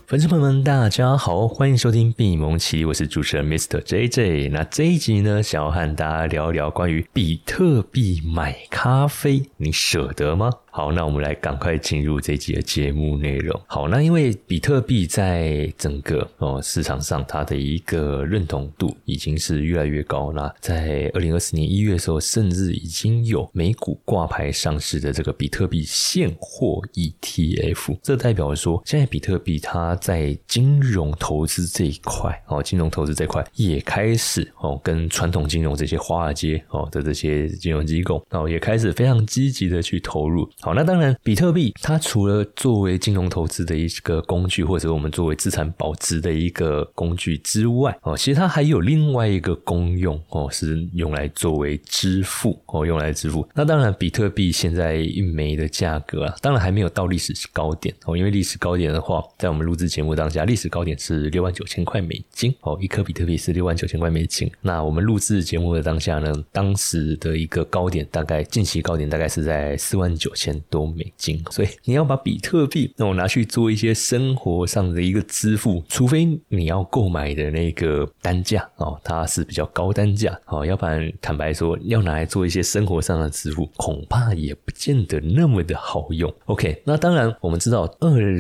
粉丝朋友们大家好，欢迎收听闭蒙奇，我是主持人 Mr. JJ。 那这一集呢，想要和大家聊一聊关于比特币买咖啡，你舍得吗？好，那我们来赶快进入这一集的节目内容。好，那因为比特币在整个市场上它的一个认同度已经是越来越高，那在2024年1月的时候，甚至已经有美股挂牌上市的这个比特币现货 ETF， 这代表说现在比特币它在金融投资这一块也开始跟传统金融这些华尔街的这些金融机构也开始非常积极的去投入。好，那当然比特币它除了作为金融投资的一个工具，或者我们作为资产保值的一个工具之外其实它还有另外一个功用是用来作为支付那当然比特币现在一枚的价格当然还没有到历史高点因为历史高点的话，在我们录制节目当下，历史高点是$69,000一颗比特币是$69,000。那我们录制节目的当下呢，当时的一个高点近期高点大概是在$49,000多，所以你要把比特币拿去做一些生活上的一个支付，除非你要购买的那个单价它是比较高单价要不然坦白说要拿来做一些生活上的支付，恐怕也不见得那么的好用。 OK， 那当然我们知道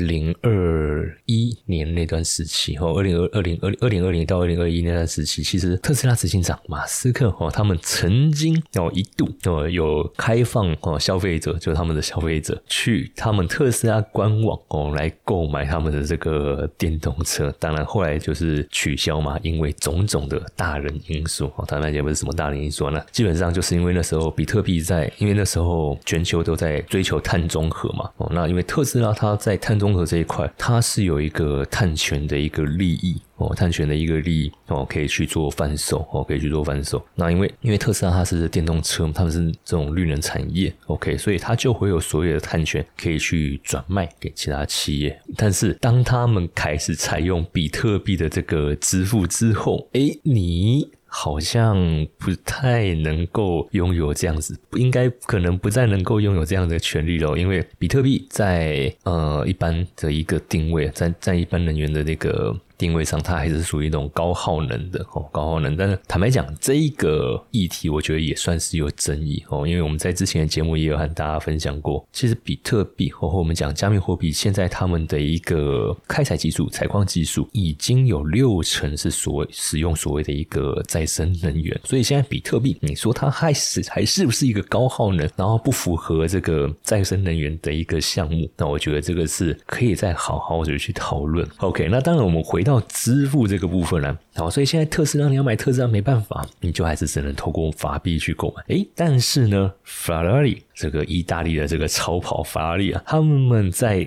2021年那段时期2020到2021那段时期，其实特斯拉执行长马斯克他们曾经一度有开放消费者，就他们的消费者去他们特斯拉官网来购买他们的这个电动车，当然后来就是取消嘛，因为种种的大人因素当然也不是什么大人因素基本上就是因为那时候比特币因为那时候全球都在追求碳中和嘛那因为特斯拉它在碳中和这一块它是有一个碳权的一个利益可以去做贩售那因为特斯拉它是电动车，他们是这种绿能产业所以它就会有所谓的碳权可以去转卖给其他企业。但是当他们开始采用比特币的这个支付之后你好像不太能够拥有这样子，可能不再能够拥有这样的权利了，因为比特币在一般的一个定位，在一般能源的那个定位上，它还是属于一种高耗能的高耗能。但是坦白讲，这一个议题我觉得也算是有争议因为我们在之前的节目也有和大家分享过，其实比特币或我们讲加密货币，现在他们的一个开采技术、采矿技术已经有60%是使用所谓的一个再生能源，所以现在比特币你说它还是不是一个高耗能，然后不符合这个再生能源的一个项目，那我觉得这个是可以再好好的去讨论。 OK， 那当然我们回到支付这个部分所以现在特斯拉你要买特斯拉没办法，你就还是只能透过法币去购买但是呢法拉利这个意大利的这个超跑法拉利他们在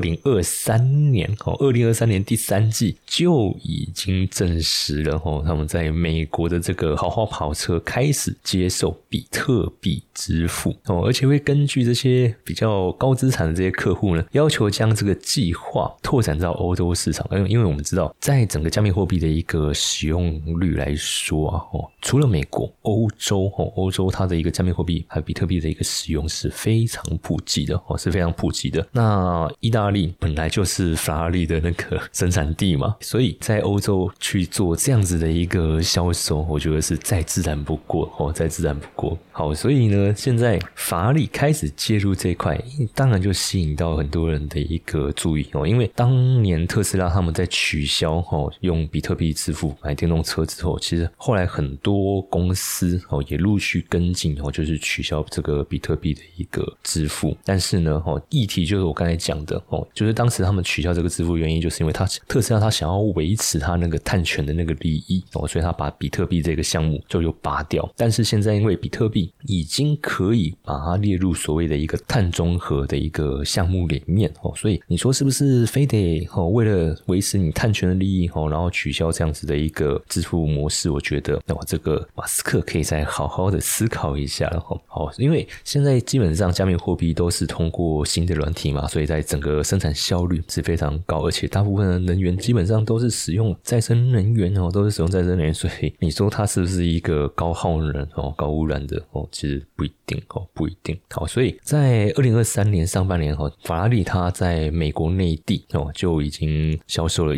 2023年第3季就已经证实了他们在美国的这个豪华跑车开始接受比特币支付而且会根据这些比较高资产的这些客户呢，要求将这个计划拓展到欧洲市场。因为我们知道在整个加密货币的一个使用率来说除了美国，欧洲它的一个加密货币还有比特币的一个使用是非常普及的那意大利本来就是法拉利的那个生产地嘛，所以在欧洲去做这样子的一个销售，我觉得是再自然不过好，所以呢现在法拉利开始介入这一块，当然就吸引到很多人的一个注意因为当年特斯拉他们在取消用比特币支付买电动车之后，其实后来很多公司也陆续跟进就是取消这个比特币的一个支付。但是呢议题就是我刚才讲的就是当时他们取消这个支付原因，就是因为特斯拉他想要维持他那个碳权的那个利益所以他把比特币这个项目就有拔掉。但是现在因为比特币已经可以把它列入所谓的一个碳中和的一个项目里面所以你说是不是非得为了维持你碳权的利益然后取消这样子的一个支付模式，我觉得这个马斯克可以再好好的思考一下因为现在基本上加密货币都是通过新的软体嘛，所以在整个生产效率是非常高，而且大部分的能源基本上都是使用再生能源都是使用再生能源，所以你说它是不是一个高耗能高污染的其实不一定不一定。好，所以在2023年上半年法拉利它在美国内地就已经销售了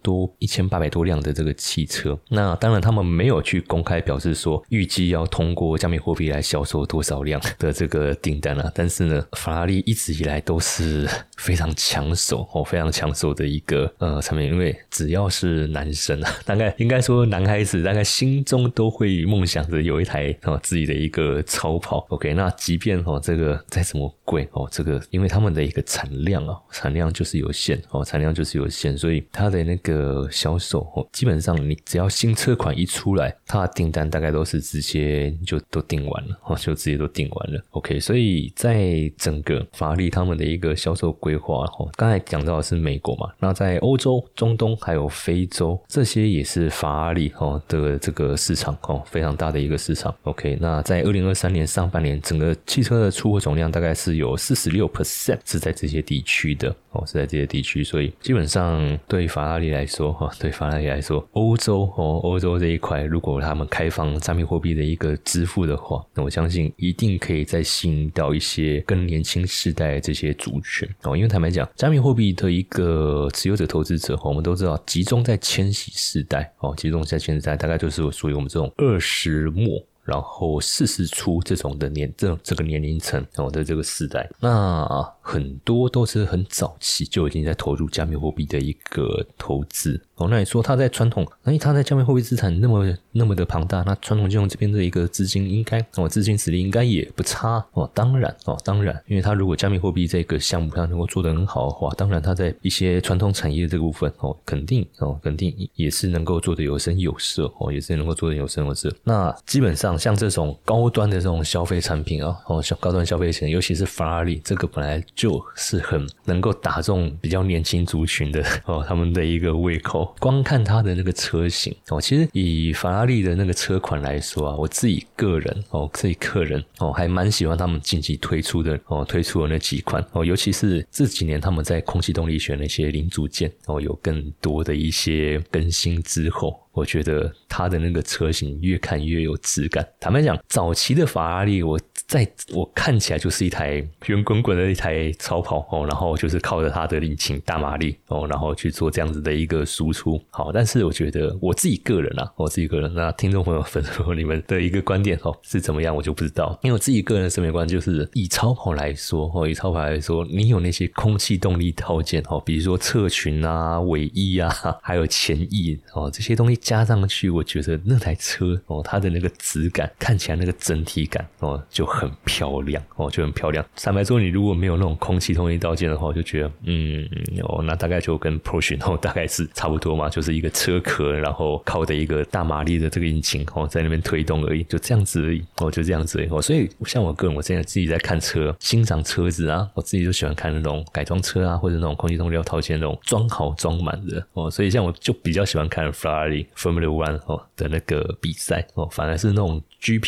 1800多辆的这个汽车。那当然他们没有去公开表示说预计要通过加密货币来销售多少辆的这个订单啊，但是呢法拉利一直以来都是非常抢手非常抢手的一个产品，因为只要是男生大概应该说男孩子大概心中都会梦想着有一台自己的一个超跑。 OK， 那即便这个再怎么贵这个因为他们的一个产量就是有限产量就是有限，所以它的那个销售基本上你只要新车款一出来，它的订单大概都是直接就都订完了就直接都订完了。 OK， 所以在整个法拉利他们的一个销售规划刚才讲到的是美国嘛，那在欧洲、中东还有非洲，这些也是法拉利的这个市场非常大的一个市场。 OK， 那在2023年上半年整个汽车的出货总量大概是有 46% 是在这些地区的是在这些地区，所以基本上对法拉利来说欧洲这一块如果他们开放加密货币的一个支付的话，那我相信一定可以再吸引到一些更年轻世代的这些族群因为坦白讲加密货币的一个持有者投资者我们都知道集中在千禧世代大概就是属于我们这种20末然后40出这种的这个年龄层的这个世代，那很多都是很早期就已经在投入加密货币的一个投资那你说他在传统，他在加密货币资产那么的庞大，那传统金融这边的一个资金应该资金实力应该也不差当然，因为他如果加密货币这个项目他能够做得很好的话，当然他在一些传统产业的这个部分肯定也是能够做得有声有色也是能够做得有声有色。那基本上像这种高端的这种消费产品高端消费型，尤其是法拉利，这个本来就是很能够打中比较年轻族群的他们的一个胃口。光看它的那个车型其实以法拉利的那个车款来说我自己个人还蛮喜欢他们近期推出的那几款尤其是这几年他们在空气动力学那些零组件有更多的一些更新之后，我觉得它的那个车型越看越有质感。坦白讲早期的法拉利我看起来就是一台圆滚滚的一台超跑然后就是靠着它的引擎大马力然后去做这样子的一个输出。好，但是我觉得我自己个人那听众朋友粉丝你们的一个观点是怎么样我就不知道，因为我自己个人的审美观就是以超跑来说你有那些空气动力套件比如说侧裙啊、尾翼啊还有前翼这些东西加上去，我觉得那台车它的那个质感看起来那个整体感就很漂亮就很漂亮。坦白说你如果没有那种空气动力套件的话，我就觉得那大概就跟 Porsche 大概是差不多嘛，就是一个车壳然后靠的一个大马力的这个引擎在那边推动而已，就这样子而已就这样子而已所以像我个人我现在自己在看车欣赏车子我自己就喜欢看那种改装车或者那种空气动力套件那种装好装满的所以像我就比较喜欢看 Ferrari Formula One 的那个比赛反而是那种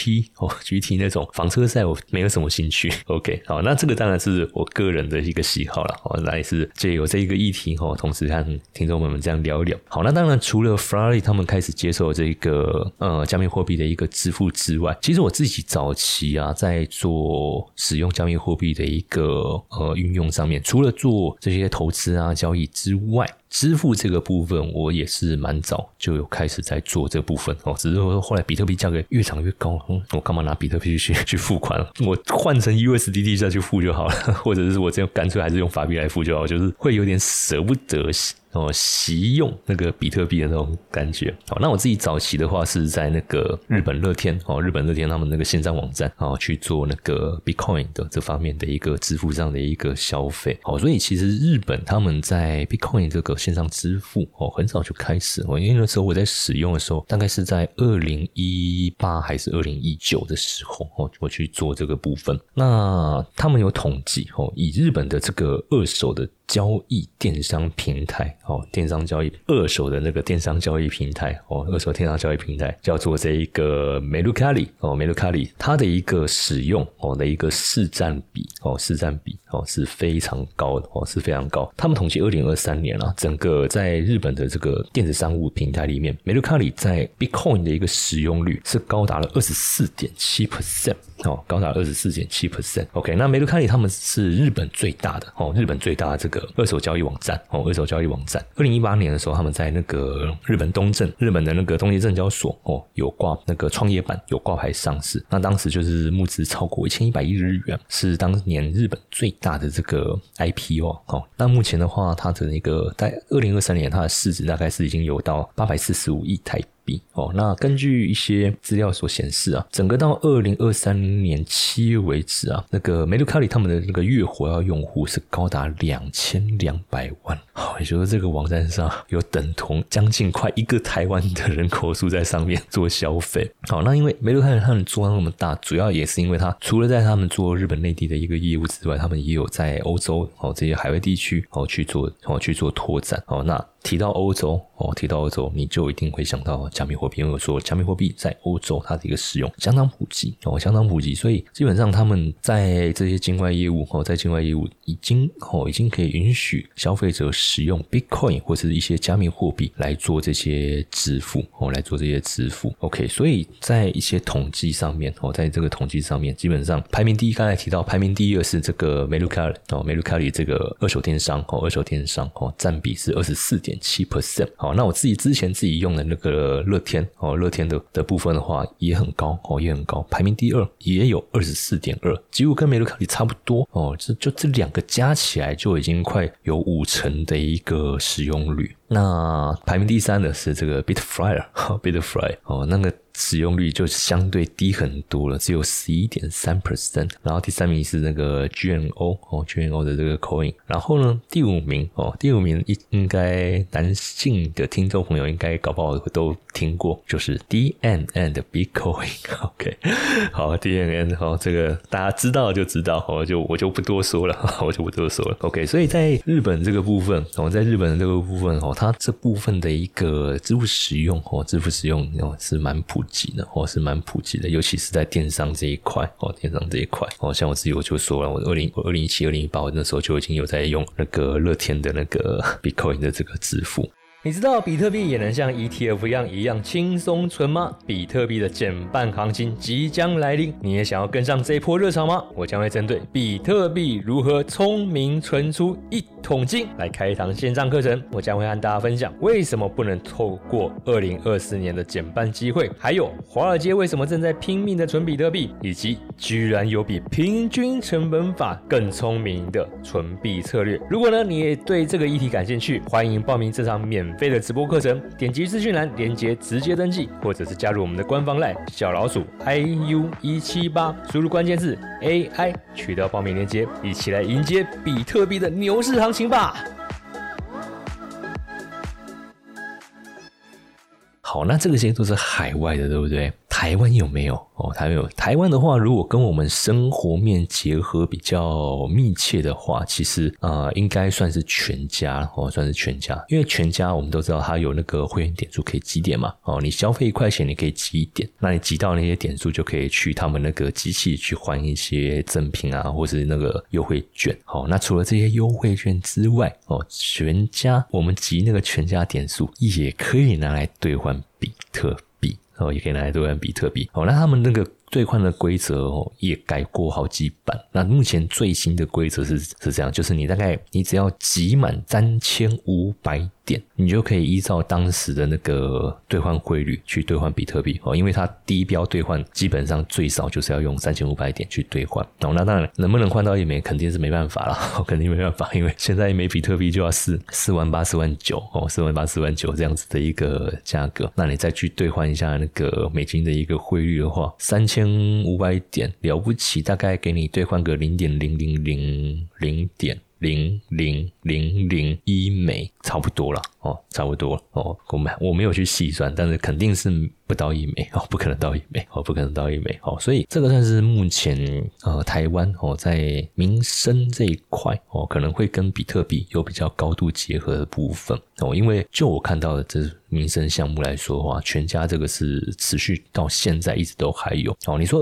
GT 那种房车赛我没有什么兴趣。 OK， 好，那这个当然是我个人的一个喜好啦那也是借由这一个议题同时和听众朋友们这样聊一聊。好，那当然除了 Ferrari 他们开始接受这个加密货币的一个支付之外，其实我自己早期在做使用加密货币的一个运用上面，除了做这些投资交易之外，支付这个部分我也是蛮早就有开始在做这部分只是说后来比特币价格越涨越高我干嘛拿比特币去付款我换成 USDT 再去付就好了，或者是我这样干脆还是用法币来付就好，就是会有点舍不得习用那个比特币的那种感觉。好，那我自己早期的话是在那个日本乐天他们那个线上网站去做那个 Bitcoin 的这方面的一个支付上的一个消费。好，所以其实日本他们在 Bitcoin 这个线上支付很早就开始因为那时候我在使用的时候大概是在2018还是2019的时候我去做这个部分。那他们有统计以日本的这个二手的交易电商平台电商交易二手的那个电商交易平台二手电商交易平台叫做这一个 Mercari 它的一个使用的一个市占比是非常高的是非常高。他们统计2023年整个在日本的这个电子商务平台里面 Mercari 在 Bitcoin 的一个使用率是高达了 24.7%高达 24.7%。 OK， 那 Mercari 他们是日本最大的这个二手交易网站2018年的时候，他们在那个日本的那个东京证交所有挂那个创业板有挂牌上市，那当时就是募资超过1100亿日元，是当年日本最大的这个 IPO 那目前的话，它的那个在2023年它的市值大概是已经有到845亿台币。那根据一些资料所显示整个到2023年7月为止那个 Mercari 他们的那个月活跃用户是高达2200万，也就是说这个网站上有等同将近快一个台湾的人口数在上面做消费。那因为 Mercari 他们做那么大，主要也是因为他除了在他们做日本内地的一个业务之外，他们也有在欧洲这些海外地区去做拓展。那提到欧洲，你就一定会想到加密货币，因为我说加密货币在欧洲它的一个使用相当普及，所以基本上他们在这些境外业务已经可以允许消费者使用 Bitcoin 或是一些加密货币来做这些支付OK， 所以在一些统计上面在这个统计上面，基本上排名第一，刚才提到排名第二是这个 Mercari 这个二手电商占比是24.7%。那我之前自己用的那个乐天的部分的话也很高，排名第二也有 24.2%， 几乎跟 Mercari 差不多就这两个加起来就已经快有50%的一个使用率。那排名第三的是这个 Bitflyer 那个使用率就相对低很多了，只有 11.3%。 然后第三名是那个 GNO 的这个 Coin。 然后呢第五名应该男性的听众朋友应该搞不好都听过，就是 DNN 的 Bitcoin OK， 好 DNN 这个大家知道就知道我就不多说了OK， 所以在日本这个部分它这部分的一个支付使用是蛮普及的，尤其是在电商这一块像我自己我就说了，我2017、2018我那时候就已经有在用那个乐天的那个 Bitcoin 的这个支付。你知道比特币也能像 ETF 一样轻松存吗？比特币的减半行情即将来临，你也想要跟上这一波热潮吗？我将会针对比特币如何聪明存出1桶金来开一堂线上课程。我将会和大家分享为什么不能透过2024年的减半机会，还有华尔街为什么正在拼命的存比特币，以及居然有比平均成本法更聪明的存币策略。如果呢你也对这个议题感兴趣，欢迎报名这场免费的直播课程，点击资讯栏连结直接登记，或者是加入我们的官方 LINE 小老鼠 IU178， 输入关键字 AI 取到报名链接，一起来迎接比特币的牛市行情吧。好，那这个些都是海外的，对不对？台湾有没有？台湾有。台湾的话，如果跟我们生活面结合比较密切的话，其实应该算是全家因为全家我们都知道它有那个会员点数可以积点嘛。你消费1块钱你可以积1点，那你积到那些点数就可以去他们那个机器去换一些赠品啊，或是那个优惠券。那除了这些优惠券之外，全家我们集那个全家点数也可以拿来兑换比特币。也可以拿来兑换比特币。那他们那个兑换的规则也改过好几版。那目前最新的规则是这样，就是你只要集满3500点，你就可以依照当时的那个兑换汇率去兑换比特币。因为它低标兑换基本上最少就是要用3500点去兑换。那当然能不能换到一枚肯定是没办法啦，肯定没办法，因为现在一枚比特币就要4万8、4万9 4万8、4万9这样子的一个价格。那你再去兑换一下那个美金的一个汇率的话，3500点了不起，大概给你兑换个 0.0001 枚，差不多啦。我没有去细算，但是肯定是不到1枚不可能到1枚不可能到1枚所以这个算是目前台湾在民生这一块可能会跟比特币有比较高度结合的部分因为就我看到的这民生项目来说的话，全家这个是持续到现在一直都还有你说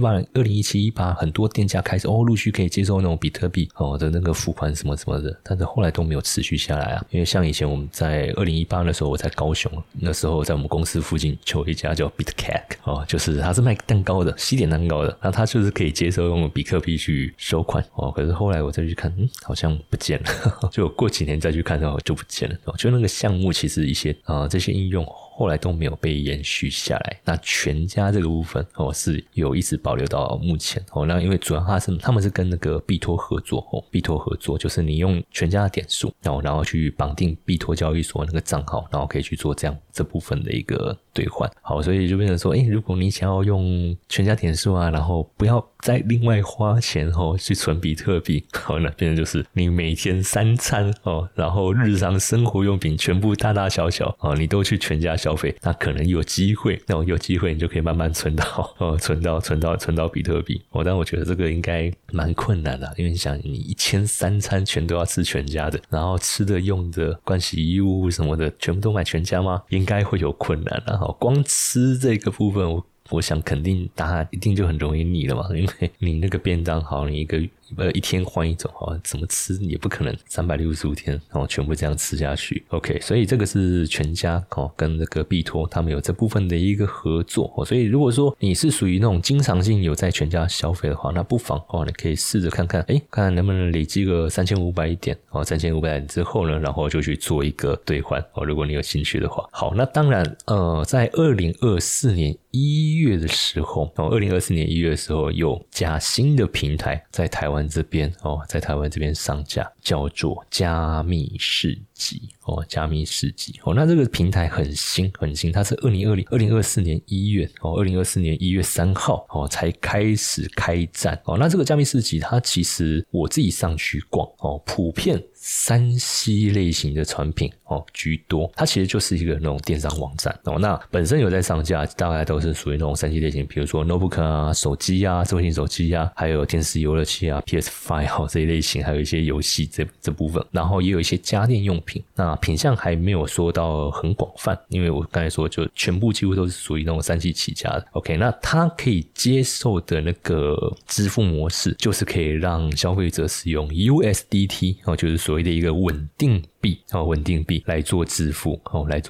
2017-18很多店家开始陆续可以接受那种比特币的那个付款什么什么的，但是后来都没有持续下来啊。因为像以前我们在2018的时候我在高雄，那时候在我们公司附近就有一家叫 BitCake就是他是卖蛋糕的，西点蛋糕的，那他就是可以接受用比特币去收款可是后来我再去看好像不见了就过几年再去看就不见了就那个项目其实一些这些应用后来都没有被延续下来。那全家这个部分是有一直保留到目前那因为主要他们是跟那个币托合作币托合作就是你用全家的点数然后去绑定币托交易所那个账号，然后可以去做这部分的一个兑换。好，所以就变成说如果你想要用全家点数然后不要再另外花钱去存比特币那变成就是你每天3餐然后日常生活用品全部大大小小你都去全家消费，那可能有机会你就可以慢慢存到比特币但我觉得这个应该蛮困难的因为你想你一天3餐全都要吃全家的，然后吃的用的盥洗衣物什么的全部都买全家吗？应该会有困难光吃这个部分我想肯定大家一定就很容易腻了嘛，因为你那个便当好，你一天换一种怎么吃也不可能365天全部这样吃下去。 OK， 所以这个是全家跟那个币托他们有这部分的一个合作所以如果说你是属于那种经常性有在全家消费的话，那不妨你可以试着看看看能不能累积个3500点3500点之后呢，然后就去做一个兑换如果你有兴趣的话。好，那当然在2024年1月的时候2024年1月的时候有家新的平台在台湾这边上架，叫做加密市集加密市集那这个平台很新，它是2024年1月2024年1月3号才开始开战那这个加密市集它其实我自己上去逛普遍3C 类型的产品居多，它其实就是一个那种电商网站那本身有在上架大概都是属于那种 3C 类型，比如说 notebook 啊、手机啊、智慧型手机啊，还有电视游乐器啊 PS5 这一类型，还有一些游戏这部分，然后也有一些家电用品，那品项还没有说到很广泛，因为我刚才说就全部几乎都是属于那种3C 起家的。 OK， 那它可以接受的那个支付模式就是可以让消费者使用 USDT 就是所谓的一个稳定币来做支付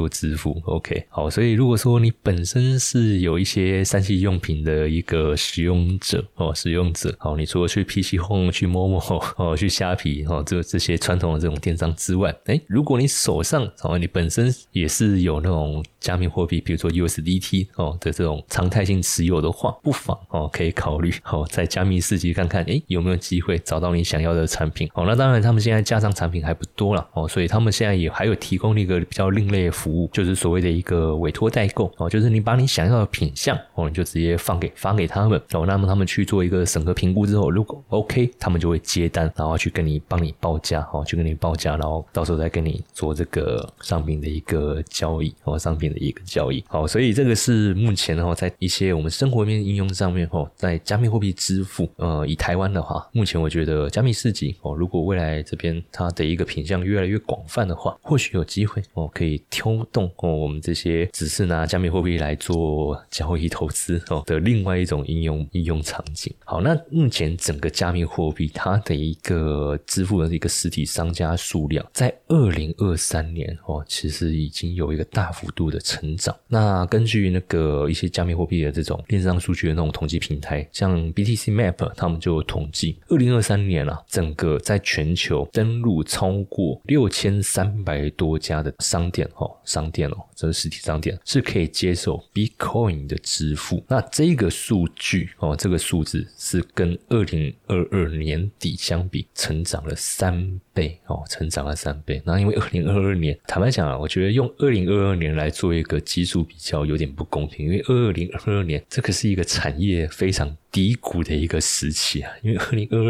OK， 好，所以如果说你本身是有一些3C 用品的一个使用者好，你除了去 PC Home 去 Momo 去虾皮这些传统的这种电商之外如果你手上你本身也是有那种加密货币比如说 USDT 的这种常态性持有的话，不妨可以考虑在加密市集看看有没有机会找到你想要的产品那当然他们现在加上产品还不多啦所以他们现在也还有提供一个比较另类的服务，就是所谓的一个委托代购就是你把你想要的品项你就直接发给他们那么他们去做一个审核评估之后，如果 OK 他们就会接单，然后去帮你报价然后到时候再跟你做这个商品的一个交易好，所以这个是目前在一些我们生活面应用上面在加密货币支付以台湾的话，目前我觉得加密市集如果未来这边它的一个品项越来越广泛的话，或许有机会可以挑动我们这些只是拿加密货币来做交易投资的另外一种应用场景。好，那目前整个加密货币它的一个支付的一个实体商家数量在2023年其实已经有一个大幅度的成长。那根据那个一些加密货币的这种电商数据的那种统计平台，像 BTC Map 他们就有统计2023年整个在全球登录超过6300多家的商店这是实体商店是可以接受 Bitcoin 的支付。那这个数据这个数字是跟2022年底相比成长了3倍那因为2022年坦白讲我觉得用2022年来做一个基数比较有点不公平，因为2022年这个是一个产业非常低谷的一个时期因为2022年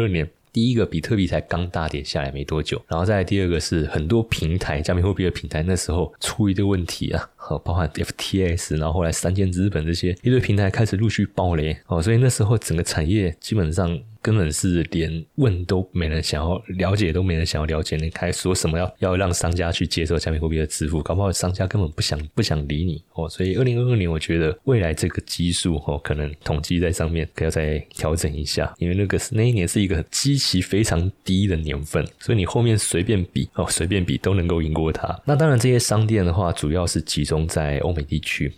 第一个比特币才刚大跌下来没多久，然后再来第二个是很多平台加密货币的平台那时候出一堆问题啊，包含 FTX， 然后后来三箭资本这些一堆平台开始陆续爆雷所以那时候整个产业基本上根本是连问都没人想要了解，都没人想要了解，你开始说什么要让商家去接受加密货币的支付，搞不好商家根本不想理你所以2022年我觉得未来这个基数可能统计在上面可能要再调整一下，因为那一年是一个基期非常低的年份，所以你后面随便比都能够赢过它。那当然这些商店的话主要是集中在欧美地区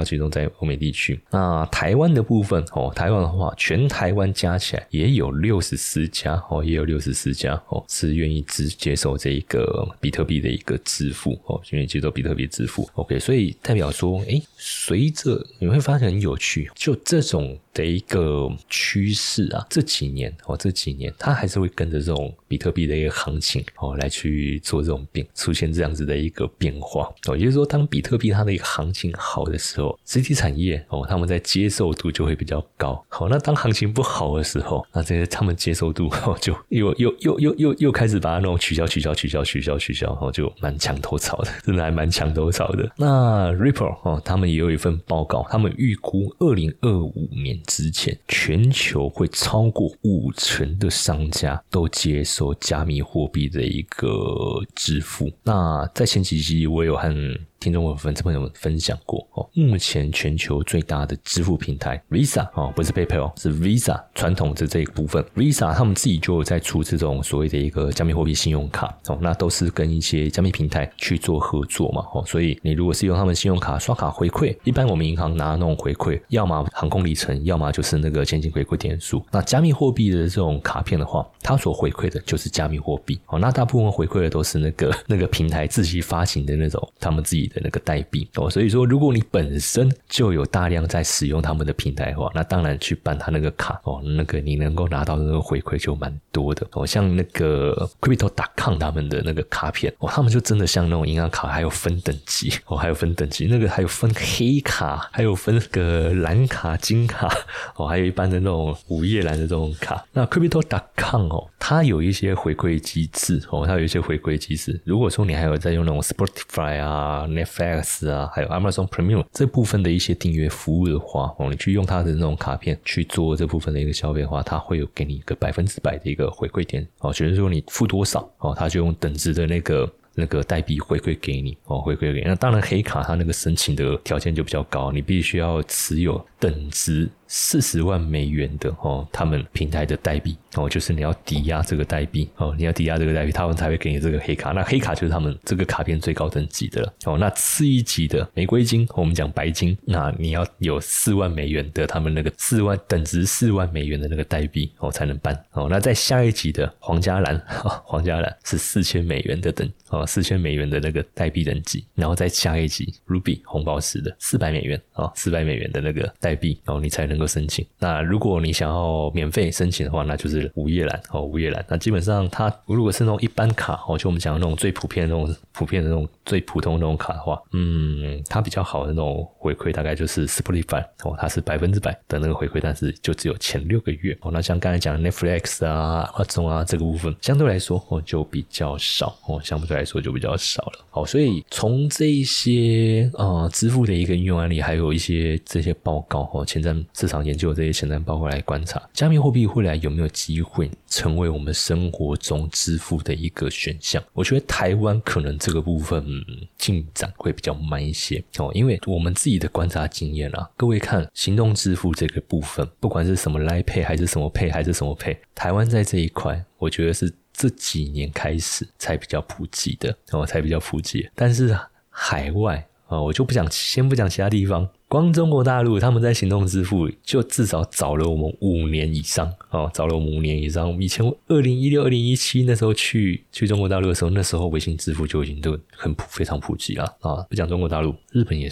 那台湾的部分台湾的话全台湾加起来也有64家是愿意接受这一个比特币的一个支付愿意接受比特币支付 OK， 所以代表说随着你会发现很有趣，就这种的一个趋势啊，这几年它还是会跟着这种比特币的一个行情来去做这种出现这样子的一个变化也就是说当比特币它的一个行情好的时候，实体产业他们在接受度就会比较高那当行情不好的时候，那这些他们接受度就又开始把它那种取消就蛮墙头草的，真的还蛮墙头草的。那 Ripple 他们也有一份报告，他们预估2025年之前全球会超过50%的商家都接受加密货币的一个支付。那在前几集我有和听众朋友们分享过目前全球最大的支付平台 Visa 不是 PayPal 是 Visa 传统的这一部分 Visa 他们自己就有在出这种所谓的一个加密货币信用卡那都是跟一些加密平台去做合作嘛所以你如果是用他们信用卡刷卡回馈，一般我们银行拿那种回馈要么航空里程，要么就是那个现金回馈点数，那加密货币的这种卡片的话，它所回馈的就是加密货币那大部分回馈的都是那个平台自己发行的那种他们自己的那个代币所以说如果你本身就有大量在使用他们的平台的话，那当然去办他那个卡那个你能够拿到的那个回馈就蛮多的像那个 Crypto.com 他们的那个卡片他们就真的像那种银行卡还有分等级那个还有分黑卡，还有分那个蓝卡金卡还有一般的那种午夜蓝的这种卡。那 Crypto.com 它有一些回馈机制如果说你还有在用那种 Spotify 啊 Netflix 啊还有 Amazon Premium 这部分的一些订阅服务的话你去用它的那种卡片去做这部分的一个消费的话，它会有给你一个100%的一个回馈点就是说你付多少它就用等值的那个代币回馈给你那当然黑卡它那个申请的条件就比较高，你必须要持有等值40万美元的他们平台的代币就是你要抵押这个代币他们才会给你这个黑卡。那黑卡就是他们这个卡片最高等级的了那次一级的玫瑰金我们讲白金，那你要有4万美元的他们那个等值4万美元的那个代币才能办那在下一级的皇家蓝是4000美元的4000美元的那个代币等级，然后再下一级 Ruby 红宝石的400美元400美元的那个代币你才能够申请。那如果你想要免费申请的话，那就是午夜蓝那基本上它如果是那种一般卡就我们讲的那种最普遍的那种最普通的那种卡的话它比较好的那种回馈大概就是 Spotify 它是100%的那个回馈，但是就只有前6个月那像刚才讲的 Netflix 啊 Amazon 啊这个部分相对来说就比较少好，所以从这一些支付的一个应用案例，还有一些这些报告前瞻市场研究的这些前瞻报告来观察，加密货币未来有没有机会成为我们生活中支付的一个选项？我觉得台湾可能这个部分进展会比较慢一些因为我们自己的观察经验各位看行动支付这个部分，不管是什么 Line Pay 还是什么 Pay 还是什么 Pay， 台湾在这一块我觉得是这几年开始才比较普及的但是海外我就先不讲其他地方，光中国大陆他们在行动支付就至少早了我们5年以上以前2016、2017那时候去中国大陆的时候，那时候微信支付就已经都非常普及了不讲中国大陆，日本也是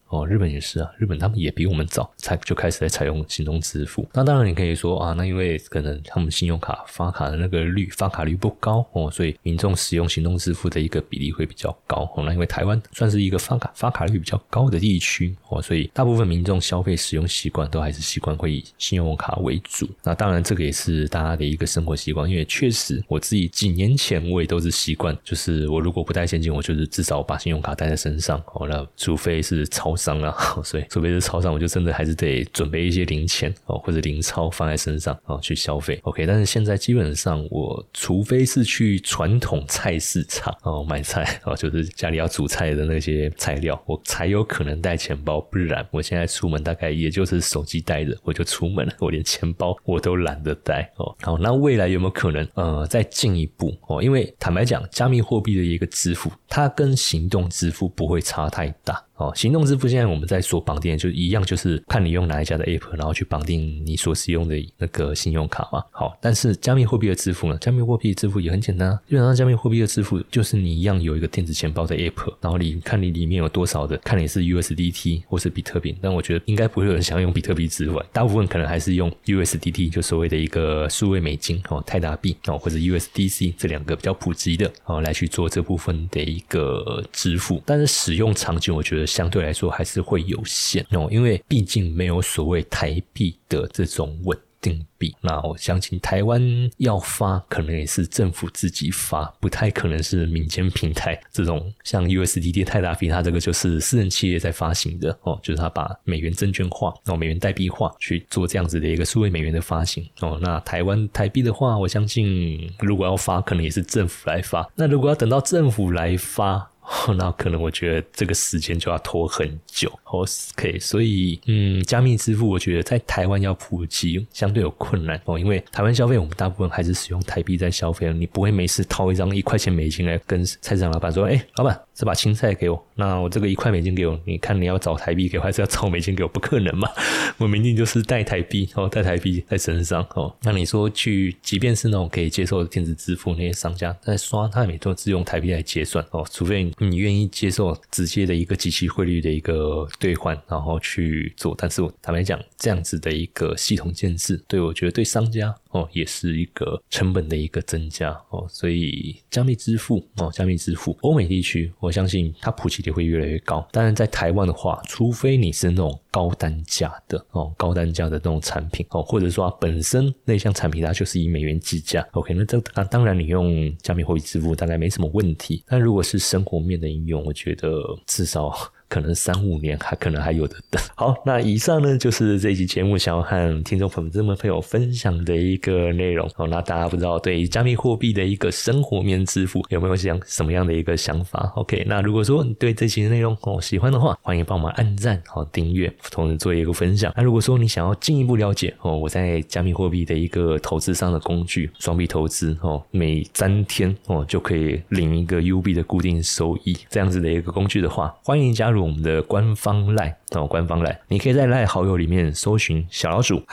日本也是啊，日本他们也比我们早就开始在采用行动支付。那当然你可以说啊，那因为可能他们信用卡发卡的那个发卡率不高所以民众使用行动支付的一个比例会比较高那因为台湾算是一个发卡率比较高的地区所以大部分民众消费使用习惯都还是习惯会以信用卡为主。那当然这个也是大家的一个生活习惯，因为确实我自己几年前我也都是习惯，就是我如果不带现金，我就是至少把信用卡带在身上那除非是超商啦所以除非是超商，我就真的还是得准备一些零钱或者零钞放在身上去消费 OK。 但是现在基本上我除非是去传统菜市场买菜就是家里要煮菜的那些材料，我才有可能带钱包，不然我现在出门大概也就是手机带着我就出门了，我连钱包我都懒得带好，那未来有没有可能再进一步因为坦白讲，加密货币的一个支付它跟行动支付不会差太大行动支付现在我们在说绑定就一样，就是看你用哪一家的 app 然后去绑定你所使用的那个信用卡嘛。好，但是加密货币的支付呢，加密货币的支付也很简单基本上加密货币的支付就是你一样有一个电子钱包的 app， 然后你看你里面有多少的，看你是 USDT 或是比特币，但我觉得应该不会有人想要用比特币支付，大部分可能还是用 USDT 就所谓的一个数位美金泰达币或者 USDC 这两个比较普及的来去做这部分的一个支付。但是使用场景我觉得相对来说还是会有限因为毕竟没有所谓台币的这种稳定币，那我相信台湾要发可能也是政府自己发，不太可能是民间平台这种像 USDT 泰达币，它这个就是私人企业在发行的就是它把美元证券化美元代币化去做这样子的一个数位美元的发行那台湾台币的话，我相信如果要发可能也是政府来发，那如果要等到政府来发那可能我觉得这个时间就要拖很久OK。 所以加密支付我觉得在台湾要普及相对有困难因为台湾消费我们大部分还是使用台币在消费，你不会每次掏一张1块钱美金来跟菜市场老板说老板这把青菜给我，那我这个1块美金给我，你看你要找台币给我还是要找美金给我，不可能嘛，我明明就是带台币带台币在身上那你说去即便是那种可以接受的电子支付，那些商家在刷他也都是用台币来结算除非你愿意接受直接的一个即期汇率的一个兑换然后去做，但是我坦白讲这样子的一个系统建制我觉得对商家也是一个成本的一个增加所以加密支付欧美地区我相信它普及率会越来越高，当然在台湾的话，除非你是那种高单价的那种产品或者说它本身那项产品它就是以美元计价 OK， 那当然你用加密货币支付大概没什么问题，但如果是生活面的应用，我觉得至少可能3-5年可能还有的等。好，那以上呢就是这一集节目想要和听众朋友分享的一个内容那大家不知道对加密货币的一个生活面支付有没有什么样的一个想法 OK， 那如果说你对这期的内容喜欢的话，欢迎帮我们按赞订阅，同时做一个分享。那如果说你想要进一步了解我在加密货币的一个投资上的工具双币投资每3天就可以领一个 UB 的固定收益这样子的一个工具的话，欢迎加入我们的官方 LINE你可以在 LINE 好友里面搜寻小老鼠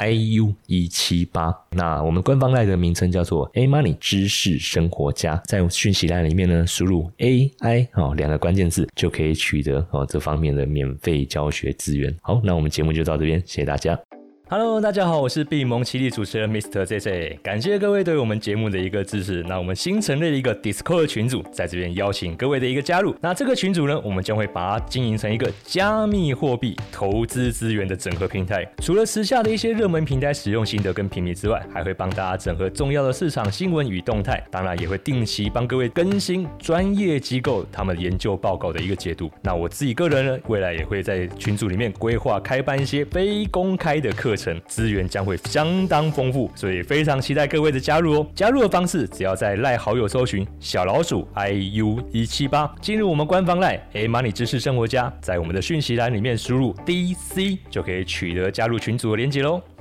IU178， 那我们官方 LINE 的名称叫做 A-Money 知识生活家，在讯息 LINE 里面呢输入 AI 2个关键字就可以取得这方面的免费教学资源。好，那我们节目就到这边，谢谢大家。Hello， 大家好，我是币蒙奇力主持人 Mr. JJ， 感谢各位对我们节目的一个支持。那我们新成立了一个 Discord 群组，在这边邀请各位的一个加入。那这个群组呢，我们将会把它经营成一个加密货币投资资源的整合平台。除了时下的一些热门平台使用心得跟评比之外，还会帮大家整合重要的市场新闻与动态。当然也会定期帮各位更新专业机构他们研究报告的一个解读。那我自己个人呢，未来也会在群组里面规划开办一些非公开的课程，资源将会相当丰富，所以非常期待各位的加入哦。加入的方式只要在 LINE 好友搜寻小老鼠 IU178， 进入我们官方 LINE A-Money 知识生活家，在我们的讯息栏里面输入 DC 就可以取得加入群组的连结咯。